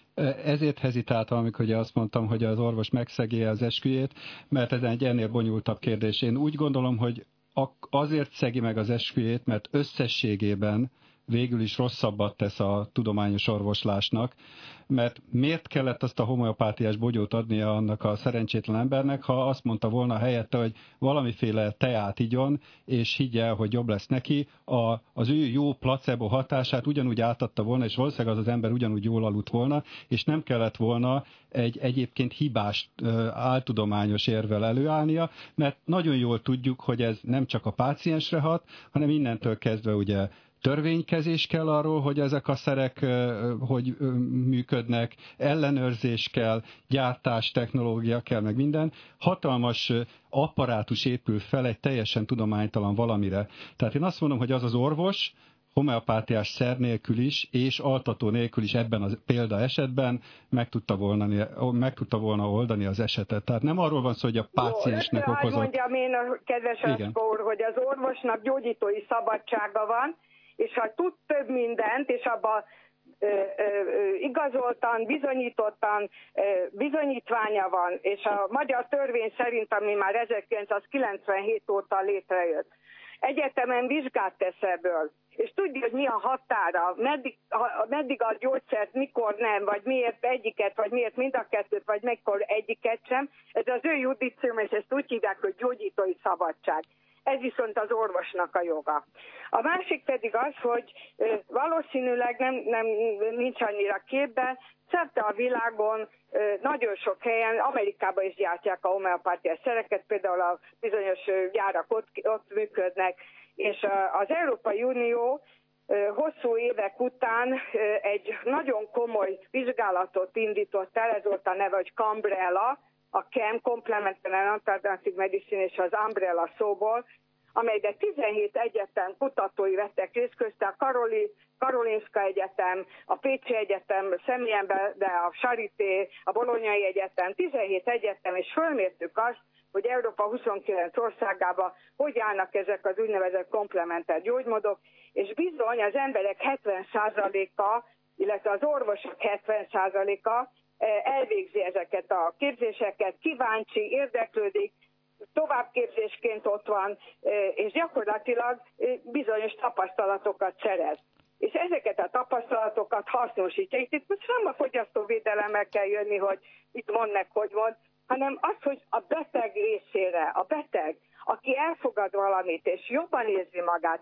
Ezért hezitáltam, amikor ugye azt mondtam, hogy az orvos megszegi az esküjét, mert ez egy ennél bonyolultabb kérdés. Én úgy gondolom, hogy azért szegi meg az esküjét, mert összességében végül is rosszabbat tesz a tudományos orvoslásnak, mert miért kellett azt a homeopátiás bogyót adnia annak a szerencsétlen embernek, ha azt mondta volna helyette, hogy valamiféle teát igyon, és higgye el, hogy jobb lesz neki, a, az ő jó placebo hatását ugyanúgy átadta volna, és valószínűleg az az ember ugyanúgy jól aludt volna, és nem kellett volna egy egyébként hibás áltudományos érvel előállnia, mert nagyon jól tudjuk, hogy ez nem csak a páciensre hat, hanem innentől kezdve ugye törvénykezés kell arról, hogy ezek a szerek hogy működnek, ellenőrzés kell, gyártás, technológia kell, meg minden. Hatalmas apparátus épül fel egy teljesen tudománytalan valamire. Tehát én azt mondom, hogy az az orvos homeopátiás szer nélkül is, és altató nélkül is ebben a példa esetben meg tudta volna, meg tudta volna oldani az esetet. Tehát nem arról van szó, hogy a páciensnek okozott... Jó, mondjam én, kedves Raskó úr, hogy az orvosnak gyógyítói szabadsága van, és ha tud több mindent, és abban ö, ö, igazoltan, bizonyítottan ö, bizonyítványa van, és a magyar törvény szerint, ami már ezerkilencszázkilencvenhét óta létrejött, egyetemen vizsgát tesz ebből, és tudja, hogy mi a határa, meddig, ha, meddig a gyógyszert, mikor nem, vagy miért egyiket, vagy miért mind a kettőt, vagy mikor egyiket sem. Ez az ő judicium, és ezt úgy hívják, hogy gyógyítói szabadság. Ez viszont az orvosnak a joga. A másik pedig az, hogy valószínűleg nem, nem, nincs annyira képben, szerte a világon nagyon sok helyen, Amerikában is gyártják a homeopátiás szereket, például a bizonyos gyárak ott, ott működnek, és az Európai Unió hosszú évek után egy nagyon komoly vizsgálatot indított el, ez volt a neve, hogy Cambrella, a C A M, Complementary Alternative Medicine, és az Umbrella szóból, amelyben tizenhét egyetem kutatói vettek részt, közte a Karoli, Karolinska Egyetem, a Pécsi Egyetem személyemben, de a Charité, a Bolonyai Egyetem, tizenhét egyetem, és fölmértük azt, hogy Európa huszonkilenc országában hogy állnak ezek az úgynevezett komplementer gyógymódok, és bizony az emberek hetven százaléka, illetve az orvosok hetven százaléka elvégzi ezeket a képzéseket, kíváncsi, érdeklődik, továbbképzésként ott van, és gyakorlatilag bizonyos tapasztalatokat szerez. És ezeket a tapasztalatokat hasznosítja. Itt most nem a fogyasztóvédelemmel kell jönni, hogy itt mond meg, hogy mond, hanem az, hogy a beteg részére, a beteg, aki elfogad valamit, és jobban érzi magát,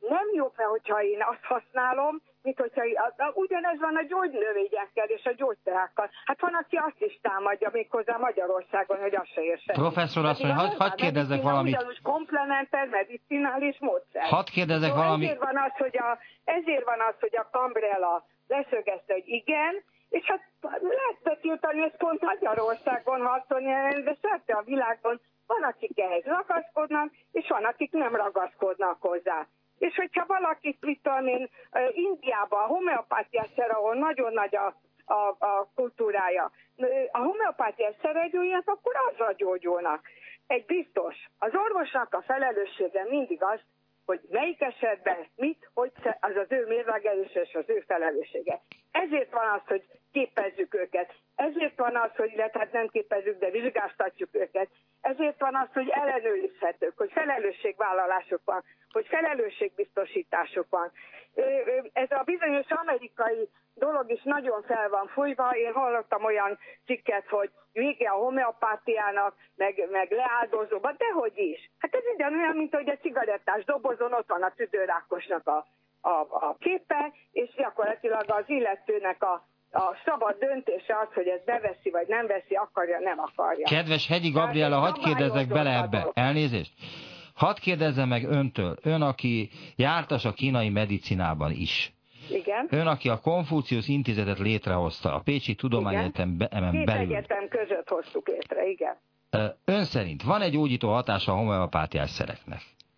nem jobb, mert hogyha én azt használom, mint hogyha ugyanez van a gyógynövényekkel és a gyógyszerákkal. Hát van, aki azt is támadja méghozzá Magyarországon, hogy azt se érse. Professzor asszony, hadd had kérdezzek valamit. Ugyanúgy komplementer, medicinális módszer. Hadd kérdezzek szóval valamit. Ezért van az, hogy a, ezért van az, hogy a Cambrella leszögezte, hogy igen, és hát lehet betiltani, ezt pont Magyarországon harcolni, de szerte a világon van, akik ehhez ragaszkodnak, és van, akik nem ragaszkodnak hozzá. És hogyha valaki, mit tudom én, Indiában a homeopátiás szer, ahol nagyon nagy a, a, a kultúrája, a homeopátiás szeregyújják, akkor azra gyógyulnak. Egy biztos, az orvosnak a felelőssége mindig az, hogy melyik esetben mit, hogy az az ő mérlegelés és az ő felelőssége. Ezért van az, hogy képezzük őket. Ezért van az, hogy illetve hát nem képezzük, de vizsgáztatjuk őket. Ezért van az, hogy ellenőrizhetők, hogy felelősségvállalások van, hogy felelősségbiztosítások van. Ez a bizonyos amerikai dolog is nagyon fel van fújva. Én hallottam olyan cikket, hogy vége a homeopátiának, meg, meg leáldozóban, dehogy is. Hát ez ugyanolyan, mint hogy a cigarettás dobozon ott van a tüdőrákosnak a, a, a képe, és gyakorlatilag az illetőnek a A szabad döntése az, hogy ezt beveszi, vagy nem veszi, akarja, nem akarja. Kedves Hegyi Gabriella, hadd kérdezzek bele ebbe. Elnézést. Hadd kérdezzem meg öntől. Ön, aki jártas a kínai medicinában is. Igen. Ön, aki a Konfuciusz Intézetet létrehozta, a Pécsi Tudományegyetem belül. Két egyetem között hoztuk létre, igen. Ön szerint van-e gyógyító hatása a homeopátiás szereknek?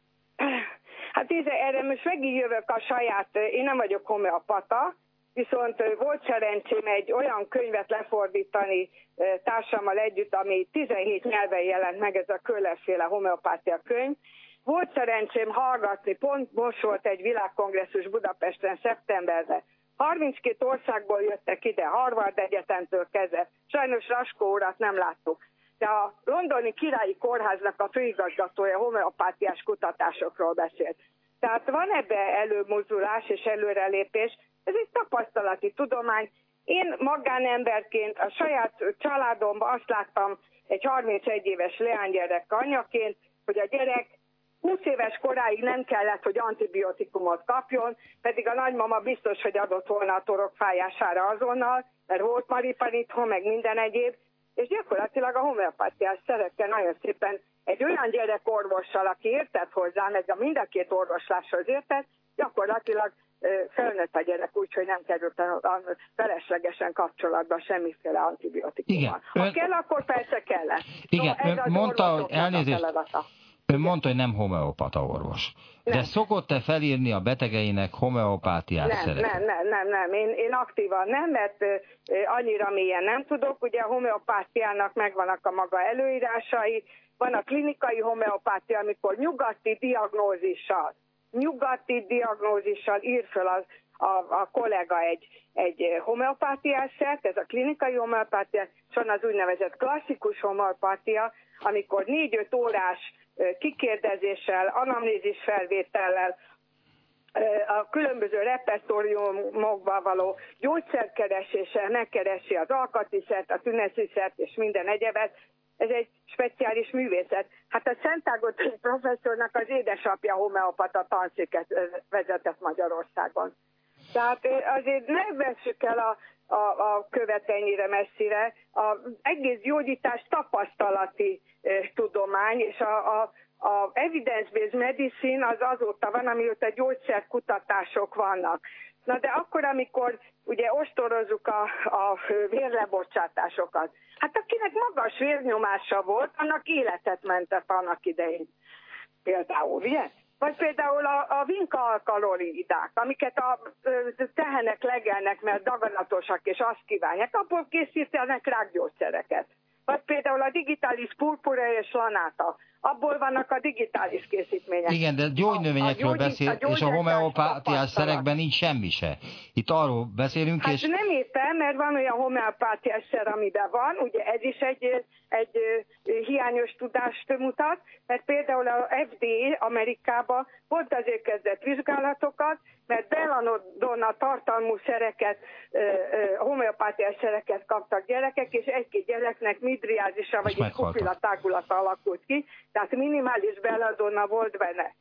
Hát erre most megint jövök a saját, én nem vagyok homeopata, viszont volt szerencsém egy olyan könyvet lefordítani társammal együtt, ami tizenhét nyelven jelent meg, ez a Köhler-féle homeopátia könyv. Volt szerencsém hallgatni, pont most volt egy világkongresszus Budapesten szeptemberben. harminckét országból jöttek ide, Harvard Egyetemtől kezdve. Sajnos Raskó urat nem láttuk. De a londoni királyi kórháznak a főigazgatója homeopátiás kutatásokról beszélt. Tehát van ebbe előmozdulás és előrelépés. Ez egy tapasztalati tudomány. Én magánemberként a saját családomban azt láttam egy harmincegy éves leánygyerek anyaként, hogy a gyerek húsz éves koráig nem kellett, hogy antibiotikumot kapjon, pedig a nagymama biztos, hogy adott volna a torokfájására azonnal, mert volt maripan itthon, meg minden egyéb, és gyakorlatilag a homeopátiás szerekkel nagyon szépen egy olyan gyerekorvossal, aki értett hozzá, meg a mind a két orvosláshoz értett, gyakorlatilag felnőtt a gyerek úgy, hogy nem került a feleslegesen kapcsolatba semmiféle antibiotikummal. Ha ön... kell, akkor persze kellett. Igen, no, ön mondta, hogy elnézést, ön mondta, hogy nem homeopata orvos. Nem. De szokott-e felírni a betegeinek homeopátiás nem, szereket? Nem, nem, nem, nem. Én, én aktívan nem, mert uh, annyira mélyen nem tudok. Ugye a homeopátiának megvannak a maga előírásai. Van a klinikai homeopátia, amikor nyugati diagnózissal nyugati diagnózissal ír föl az, a, a kollega egy, egy homeopátiás szert, ez a klinikai homeopátia, és van az úgynevezett klasszikus homeopátia, amikor négy-öt órás kikérdezéssel, anamnézis felvétellel, a különböző repertóriumokban való gyógyszerkereséssel megkeresi az alkatiszert, a tünetiszert és minden egyebet. Ez egy speciális művészet. Hát a Szentágottai professzornak az édesapja homeopata tanszéket vezetett Magyarországon. Tehát azért ne vessük el a, a, a követ ennyire messzire. Az egész gyógyítás tapasztalati eh, tudomány, és a, a, a evidence-based medicine az azóta van, amióta gyógyszerkutatások vannak. Na de akkor, amikor ugye ostorozzuk a, a vérlebocsátásokat, hát akinek magas vérnyomása volt, annak életet mentett annak idején. Például, ugye? Vagy például a, a vinka-alkaloidák, amiket a tehenek legelnek, mert daganatosak és azt kívánják, abból készítenek rákgyógyszereket. Vagy például a digitális purpura és lanáta, abból vannak a digitális készítmények. Igen, de gyógynövényekről a, a beszél, a és a homeopátiás szerekben nincs semmi se. Itt arról beszélünk, hát és... nem éppen, mert van olyan homeopátiás szer, amiben van, ugye ez is egy, egy hiányos tudást mutat, mert például a ef dé á Amerikában pont azért kezdett vizsgálatokat, mert belladonna tartalmú szereket, homeopátiás szereket kaptak gyerekek, és egy-két gyereknek midriázisa, vagyis pupilla tágulata alakult ki, tehát minimális belladonna volt benne.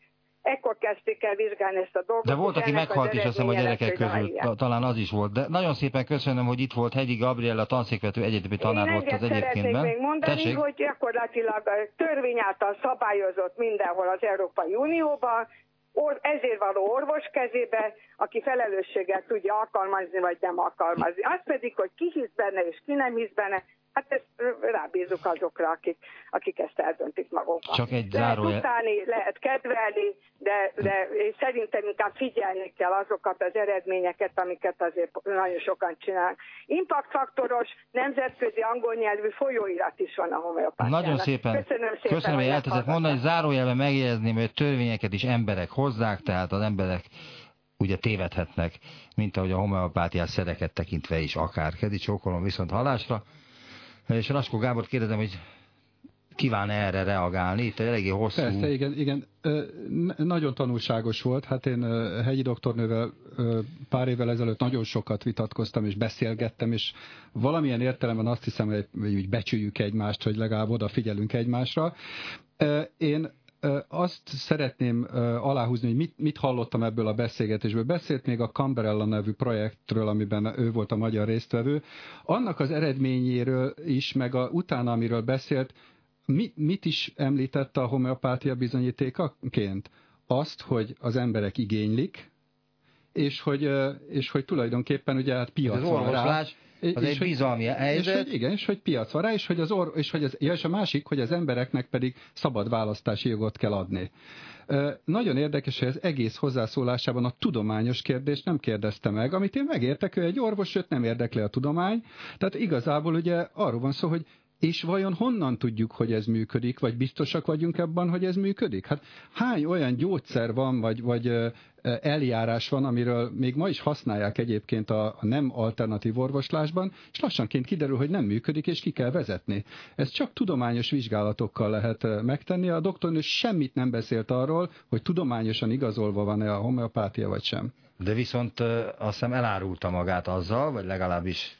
ekkor kezdték el vizsgálni ezt a dolgot. De volt, aki meghalt is, azt hiszem, a gyerekek közül, talán az is volt. De nagyon szépen köszönöm, hogy itt volt Hegyi Gabriella, tanszékvető egyetemi tanár volt az egyébként. Én még mondani, Tessék? hogy gyakorlatilag törvény által szabályozott mindenhol az Európai Unióban, ezért való orvos kezébe, aki felelősséggel tudja alkalmazni, vagy nem alkalmazni. Az pedig, hogy ki hisz benne, és ki nem hisz benne, hát ezt rábízunk azokra, akik, akik ezt eldöntik maguknak. Csak egy lehet zárójel... utálni, lehet kedvelni, de, de szerintem inkább figyelni kell azokat az eredményeket, amiket azért nagyon sokan csinálnak. Impact-faktoros, nemzetközi angol nyelvű folyóirat is van a homeopátiának. Nagyon szépen. Köszönöm szépen, Köszönöm, hogy elteszett mondani, hogy zárójelben megjegyezném, hogy törvényeket is emberek hozzák, tehát az emberek ugye tévedhetnek, mint ahogy a homeopátiás szereket tekintve is akár. Kedi csókolom viszont hallásra. És Raskó Gábort kérdezem, hogy kíván erre reagálni, itt eléggé hosszú... Persze, igen, igen. Nagyon tanulságos volt. Hát én Hegyi doktornővel pár évvel ezelőtt nagyon sokat vitatkoztam és beszélgettem, és valamilyen értelemben azt hiszem, hogy úgy becsüljük egymást, hogy legalább odafigyelünk egymásra. Én azt szeretném aláhúzni, hogy mit, mit hallottam ebből a beszélgetésből. Beszélt még a Camberella nevű projektről, amiben ő volt a magyar résztvevő. Annak az eredményéről is, meg a, utána, amiről beszélt, mi, mit is említette a homeopátia bizonyítékaként? Azt, hogy az emberek igénylik, és hogy, és hogy tulajdonképpen ugye hát piac az van rá. Az és egy hogy, bizalmi helyzet. És hogy igen, és hogy piac van rá, és hogy az, or, és hogy az, ja, és a másik, hogy az embereknek pedig szabad választási jogot kell adni. E, nagyon érdekes, hogy az egész hozzászólásában a tudományos kérdést nem kérdezte meg, amit én megértek, ő egy orvos, őt nem érdekli a tudomány. Tehát igazából ugye arról van szó, hogy és vajon honnan tudjuk, hogy ez működik, vagy biztosak vagyunk ebben, hogy ez működik? Hát hány olyan gyógyszer van, vagy, vagy eljárás van, amiről még ma is használják egyébként a, a nem alternatív orvoslásban, és lassanként kiderül, hogy nem működik, és ki kell vezetni. Ez csak tudományos vizsgálatokkal lehet megtenni. A doktornő semmit nem beszélt arról, hogy tudományosan igazolva van-e a homeopátia, vagy sem. De viszont azt hiszem elárulta magát azzal, vagy legalábbis...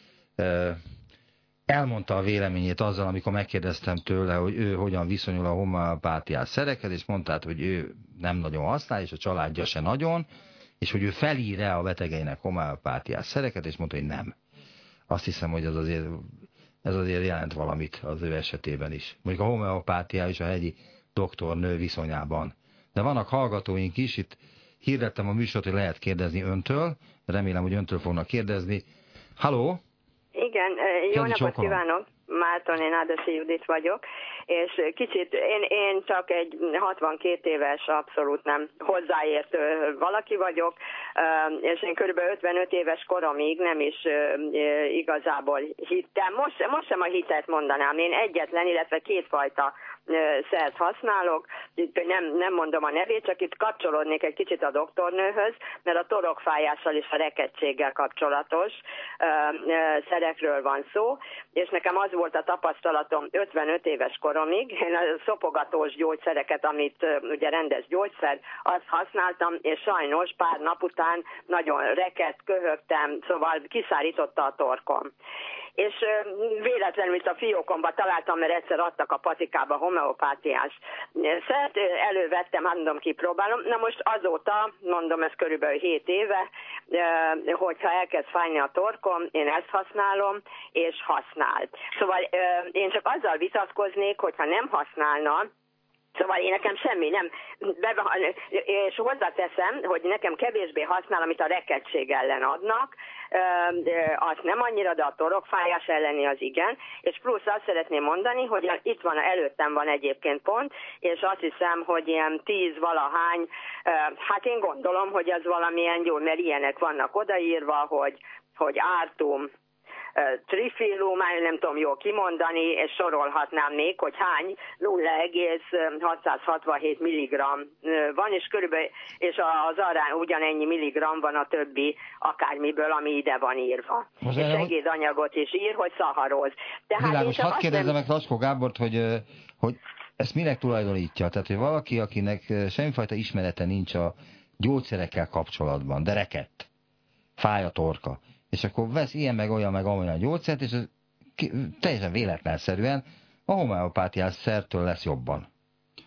elmondta a véleményét azzal, amikor megkérdeztem tőle, hogy ő hogyan viszonyul a homeopátiás szerekhez, és mondta, hogy ő nem nagyon használ, és a családja se nagyon, és hogy ő felír-e a betegeinek homeopátiás szereket, és mondta, hogy nem. Azt hiszem, hogy ez azért, ez azért jelent valamit az ő esetében is. Mondjuk a homeopátia és a Hegyi doktornő viszonyában. De vannak hallgatóink is, itt hirdettem a műsort, hogy lehet kérdezni öntől, remélem, hogy öntől fognak kérdezni. Halló! Igen, jó napot kívánok! Márton, én Áldasi Judit vagyok, és kicsit én, én csak egy hatvankét éves, abszolút nem hozzáértő valaki vagyok, és én körülbelül ötvenöt éves koromig nem is igazából hittem. Most, most sem a hitet mondanám, én egyetlen, illetve kétfajta szert használok, itt nem, nem mondom a nevét, csak itt kapcsolódnék egy kicsit a doktornőhöz, mert a torokfájással és a rekedtséggel kapcsolatos szerekről van szó, és nekem az volt a tapasztalatom ötvenöt éves koromig, én a szopogatós gyógyszereket, amit ugye rendes gyógyszer, azt használtam, és sajnos pár nap után nagyon rekedt, köhögtem, szóval kiszárította a torkom. És véletlenül itt a fiókomba találtam, mert egyszer adtak a patikába homeopátiás szert, elővettem, mondom, kipróbálom. Na most azóta, mondom, ez körülbelül hét éve, hogyha elkezd fájni a torkom, én ezt használom, és használ. Szóval én csak azzal vitatkoznék, hogyha nem használna, szóval én nekem semmi, nem, és hozzáteszem, hogy nekem kevésbé használ, amit a rekedtség ellen adnak, azt nem annyira, de a torokfájás elleni az igen, és plusz azt szeretném mondani, hogy itt van, előttem van egyébként pont, és azt hiszem, hogy ilyen tíz valahány, hát én gondolom, hogy az valamilyen jó, mert ilyenek vannak odaírva, hogy, hogy ártum, trifilum, nem tudom jól kimondani, és sorolhatnám még, hogy hány nulla egész hatszázhatvanhét milligramm van, és körülbelül, és az arány ugyanennyi milligramm van a többi akármiből, ami ide van írva. Most és segédanyagot is ír, hogy szaharoz. Tehát most hadd kérdezzem meg Laskó Gábort, hogy, hogy ezt minek tulajdonítja? Tehát, hogy valaki, akinek semmifajta ismerete nincs a gyógyszerekkel kapcsolatban, de rekedt, fáj a torka, és akkor vesz ilyen meg olyan meg olyan gyógyszert, és ez teljesen véletlenszerűen a homeopátiás szertől lesz jobban.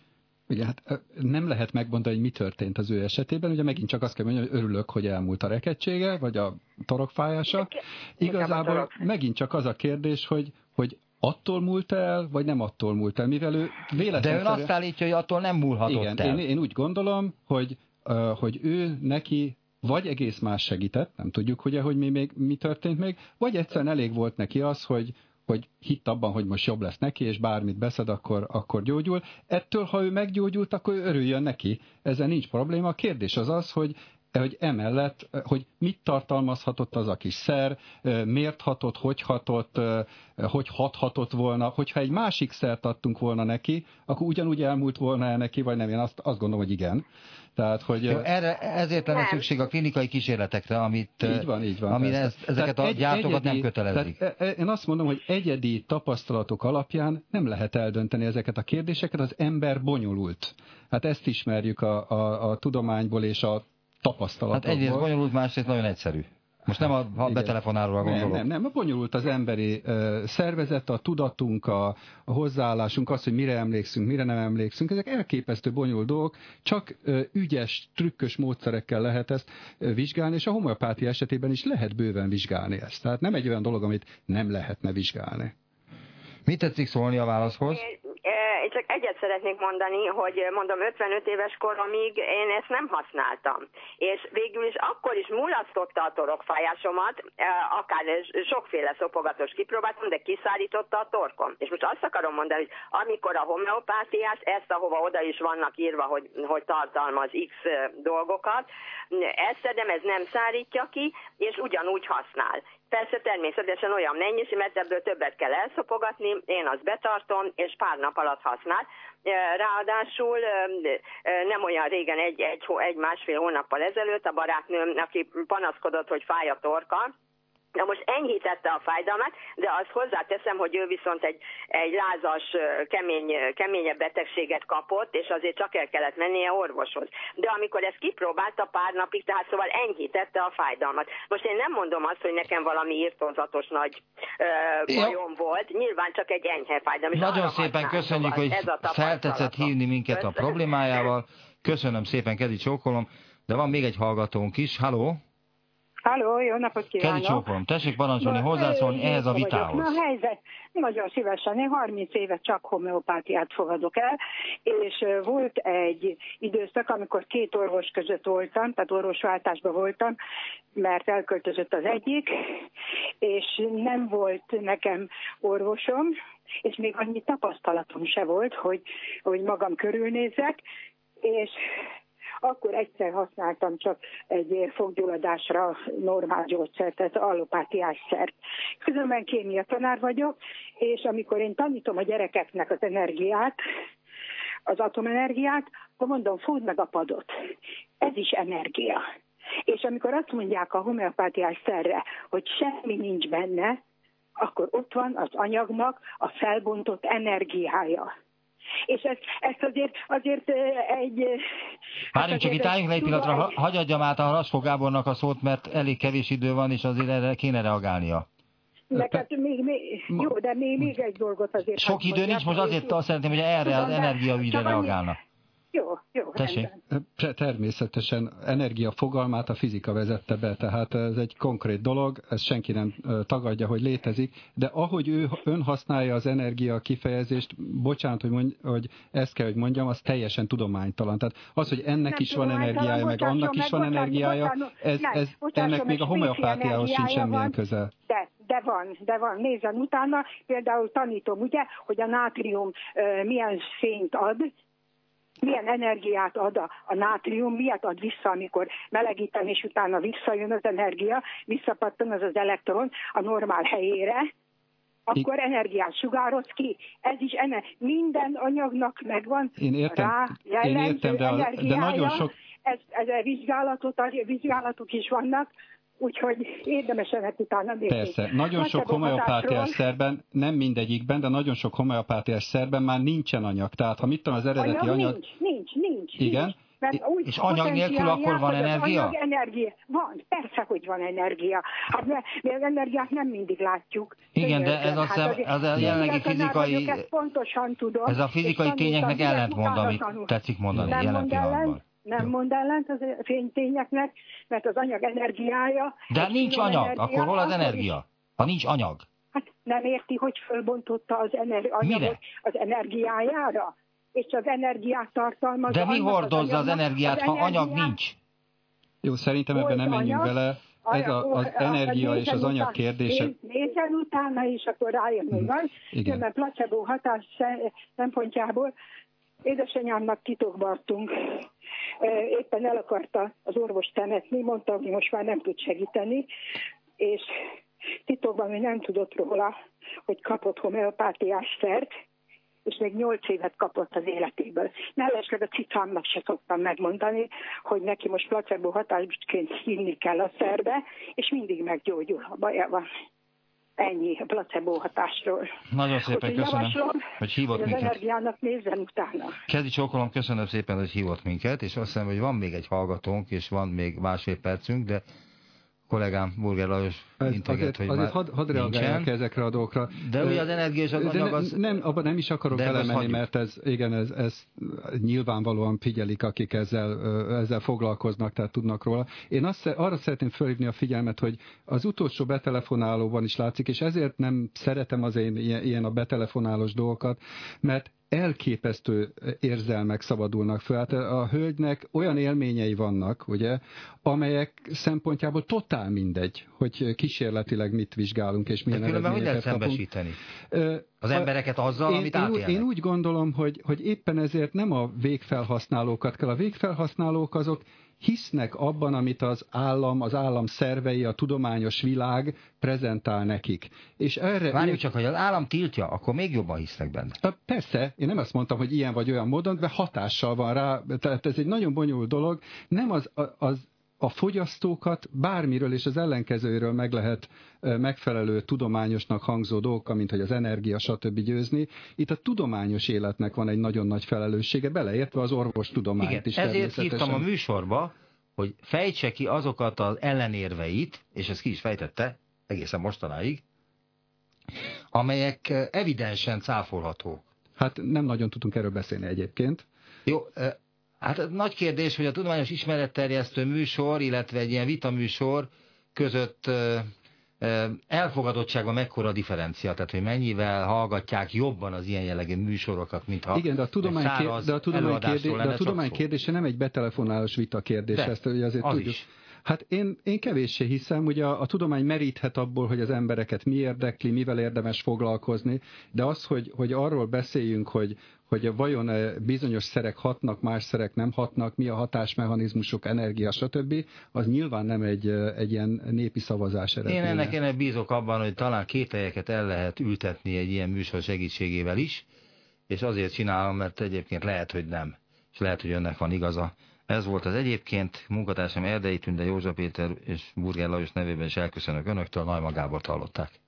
Ugye hát nem lehet megmondani, hogy mi történt az ő esetében. Ugye megint csak azt kell mondani, hogy örülök, hogy elmúlt a rekedtsége, vagy a torokfájása. Igazából megint csak az a kérdés, hogy, hogy attól múlt el, vagy nem attól múlt el, mivel ő véletlenül... De ön azt állítja, hogy attól nem múlhatott igen, el. Én, én úgy gondolom, hogy, uh, hogy ő neki vagy egész más segített, nem tudjuk ugye, hogy mi, még, mi történt még, vagy egyszerűen elég volt neki az, hogy hogy hitt abban, hogy most jobb lesz neki, és bármit beszed, akkor, akkor gyógyul. Ettől, ha ő meggyógyult, akkor örüljön neki. Ezzel nincs probléma. A kérdés az az, hogy, hogy emellett, hogy mit tartalmazhatott az a kis szer, miért hatott, hogy hatott, hogy hathatott volna. Hogyha egy másik szert adtunk volna neki, akkor ugyanúgy elmúlt volna el neki, vagy nem. Én azt, azt gondolom, hogy igen. Tehát, hogy... Jó, erre, ezért lenne szükség a klinikai kísérletekre, amit, így van, így van, amire ez, ezeket tehát a gyártókat egyedi, nem kötelezik. Tehát én azt mondom, hogy egyedi tapasztalatok alapján nem lehet eldönteni ezeket a kérdéseket, az ember bonyolult. Hát ezt ismerjük a, a, a tudományból és a tapasztalatokból. Hát egyrészt bonyolult, másrészt nagyon egyszerű. Most nem a, a betelefonálóra gondolok. Nem, nem, nem. Bonyolult az emberi uh, szervezet, a tudatunk, a, a hozzáállásunk, az, hogy mire emlékszünk, mire nem emlékszünk. Ezek elképesztő bonyolult dolgok, csak uh, ügyes, trükkös módszerekkel lehet ezt uh, vizsgálni, és a homeopátia esetében is lehet bőven vizsgálni ezt. Tehát nem egy olyan dolog, amit nem lehetne vizsgálni. Mit tetszik szólni a válaszhoz? Én csak egyet szeretnék mondani, hogy mondom, ötvenöt éves koromig én ezt nem használtam. És végül is akkor is mulasztotta a torokfájásomat, akár sokféle szopogatos kipróbáltam, de kiszárította a torkom. És most azt akarom mondani, hogy amikor a homeopátiás, ezt ahova oda is vannak írva, hogy, hogy tartalmaz X dolgokat, ezt szedem, ez nem szárítja ki, és ugyanúgy használ. Persze természetesen olyan mennyiség, mert ebből többet kell elszopogatni, én azt betartom, és pár nap alatt használ. Ráadásul nem olyan régen, egy, egy, egy másfél hónappal ezelőtt a barátnőm, aki panaszkodott, hogy fáj a torka, na most enyhítette a fájdalmát, de azt hozzáteszem, hogy ő viszont egy, egy lázas, kemény, keményebb betegséget kapott, és azért csak el kellett mennie orvoshoz. De amikor ezt kipróbálta pár napig, tehát szóval enyhítette a fájdalmat. Most én nem mondom azt, hogy nekem valami írtózatos nagy uh, bajom volt, nyilván csak egy enyhe fájdalom. Nagyon szépen köszönjük, hogy feltetszett hívni minket a problémájával. Köszönöm szépen, kedi csókolom, de van még egy hallgatónk is. Halló! Halló, jó napot kívánok! Kedi csókolom, tessék parancsolni, hozzászólni ehhez a vitához. Na, a helyzet, nagyon szívesen, én harminc éve csak homeopátiát fogadok el, és volt egy időszak, amikor két orvos között voltam, tehát orvosváltásban voltam, mert elköltözött az egyik, és nem volt nekem orvosom, és még annyi tapasztalatom se volt, hogy, hogy magam körülnézzek, és akkor egyszer használtam csak egy foggyulladásra normál gyógyszert, tehát allopátiás szert. Különben kémia tanár vagyok, és amikor én tanítom a gyerekeknek az energiát, az atomenergiát, akkor mondom, fogd meg a padot. Ez is energia. És amikor azt mondják a homeopátiás szerre, hogy semmi nincs benne, akkor ott van az anyagnak a felbontott energiája. És ezt, ezt azért, azért egy... Várjunk, csak itt álljunk le egy pillanatra, ha, hagyjadjam át a Raskó Gábornak a szót, mert elég kevés idő van, és azért erre kéne reagálnia. Neked még, még, jó, de még, még egy dolgot azért... Sok idő nincs, most azért azt szeretném, hogy erre az energiaügyre reagálna. Jó, jó, rendben. Természetesen energia fogalmát a fizika vezette be, tehát ez egy konkrét dolog, ezt senki nem tagadja, hogy létezik, de ahogy ő ön használja az energia kifejezést, bocsánat, hogy, mondj, hogy ezt kell, hogy mondjam, az teljesen tudománytalan. Tehát az, hogy ennek nem is van energiája, meg annak is van meg, energiája, ez, ez, ennek még a homeopátiához sincs semmilyen köze. De, de van, de van. Nézzen utána, például tanítom, ugye, hogy a nátrium uh, milyen fényt ad, milyen energiát ad a, a nátrium, miért ad vissza, amikor melegítem, és utána visszajön az energia, visszapattan az az elektron a normál helyére, akkor energiát sugároz ki. Ez is enne, minden anyagnak megvan én értem, rá jellemző én értem, de, energiája. De nagyon sok... Ez, ez a vizsgálatot, a vizsgálatok is vannak, úgyhogy érdemes ennek utána nézni. Persze, nagyon Most sok homeopátiás szerben, nem mindegyikben, de nagyon sok homeopátiás szerben már nincsen anyag. Tehát ha mit tudom, az eredeti anyag... anyag... Nincs, nincs, nincs. Igen, nincs. Úgy és anyag nélkül akkor van energia? Anyag energia? Van, persze, hogy van energia. Hát mi az energiát nem mindig látjuk. Igen, de ez azt hiszem, hát az a jelenlegi fizikai... Pontosan tudom. Ez a fizikai tényeknek ellentmond, amit tetszik mondani nem jelen pillanatban. Nem mond ellent az fénytényeknek, mert az anyag energiája... De nincs anyag, energia, akkor hol az energia? Ha nincs anyag. Hát nem érti, hogy fölbontotta az ener anyagot az energiájára, és az energiát tartalmaz. De mi hordozza az, az energiát, az ha energiát... anyag nincs? Jó, szerintem ebben nem menjünk bele. Ez a, az energia és az anyag kérdése. Nézzen utána, és akkor rájön, hogy van. Igen. Mert placebo hatás szempontjából édesanyámnak titokbartunk. Éppen el akarta az orvos temetni, mondta, hogy most már nem tud segíteni, és titokban még nem tudott róla, hogy kapott homeopátiás szert, és még nyolc évet kapott az életéből. Mellesleg a cicámnak se szoktam megmondani, hogy neki most placebo hatásként hinni kell a szerbe, és mindig meggyógyul, ha baja van. Ennyi a placebo hatásról. Nagyon szépen Úgyhogy köszönöm, javaslom, hogy hívott hogy minket. Az energiának nézzen utána. Kezi csókolom, köszönöm szépen, hogy hívott minket, és azt hiszem, hogy van még egy hallgatónk, és van még másfél percünk, de kollégám Burger Lajos integet, hogy azért hadd had reagáljak ezekre a dolgokra. De ugye az energia és az anyag az... Nem, abban nem is akarok belemenni, mert ez, igen, ez, ez nyilvánvalóan figyelik, akik ezzel, ezzel foglalkoznak, tehát tudnak róla. Én azt, arra szeretném felhívni a figyelmet, hogy az utolsó betelefonálóban is látszik, és ezért nem szeretem az én ilyen a betelefonálós dolgokat, mert elképesztő érzelmek szabadulnak fel. Hát a hölgynek olyan élményei vannak, ugye, amelyek szempontjából totál mindegy, hogy kísérletileg mit vizsgálunk, és milyen eredményeket kapunk. Hogy lehet szembesíteni az embereket azzal, én, amit én, átélnek? Én úgy gondolom, hogy, hogy éppen ezért nem a végfelhasználókat kell. A végfelhasználók azok hisznek abban, amit az állam, az állam szervei, a tudományos világ prezentál nekik. És erre Várjuk csak, hogy az állam tiltja, akkor még jobban hisznek benne. Persze, én nem azt mondtam, hogy ilyen vagy olyan módon, de hatással van rá. Tehát ez egy nagyon bonyolult dolog. Nem az, az a fogyasztókat bármiről és az ellenkezőről meg lehet megfelelő tudományosnak hangzó dolgokkal, mint hogy az energia, stb. Győzni. Itt a tudományos életnek van egy nagyon nagy felelőssége, beleértve az orvostudományt Igen, is. Ezért hívtam a műsorba, hogy fejtse ki azokat az ellenérveit, és ezt ki is fejtette egészen mostanáig, amelyek evidensen cáfolhatók. Hát nem nagyon tudunk erről beszélni egyébként. Jó, hát nagy kérdés, hogy a tudományos ismeretterjesztő műsor, illetve egy ilyen vitaműsor között elfogadottságban mekkora differencia, tehát hogy mennyivel hallgatják jobban az ilyen jellegű műsorokat, mint ha igen, de a tudomány, kér, de a tudomány, kérdé, de a tudomány kérdése nem egy betelefonálós vita kérdés, de, ezt ugye azért az tudjuk. Is. Hát én, én kevéssé hiszem, hogy a, a tudomány meríthet abból, hogy az embereket mi érdekli, mivel érdemes foglalkozni, de az, hogy, hogy arról beszéljünk, hogy, hogy vajon bizonyos szerek hatnak, más szerek nem hatnak, mi a hatásmechanizmusok, energia, stb., az nyilván nem egy, egy ilyen népi szavazás eredménye. Én ennek ennek bízok abban, hogy talán kételyeket el lehet ültetni egy ilyen műsor segítségével is, és azért csinálom, mert egyébként lehet, hogy nem. És lehet, hogy önnek van igaza. Ez volt az egyébként. Munkatársam Erdei Tünde, Józsa Péter és Burger Lajos nevében is elköszönök önöktől. Neumann Gábort hallották.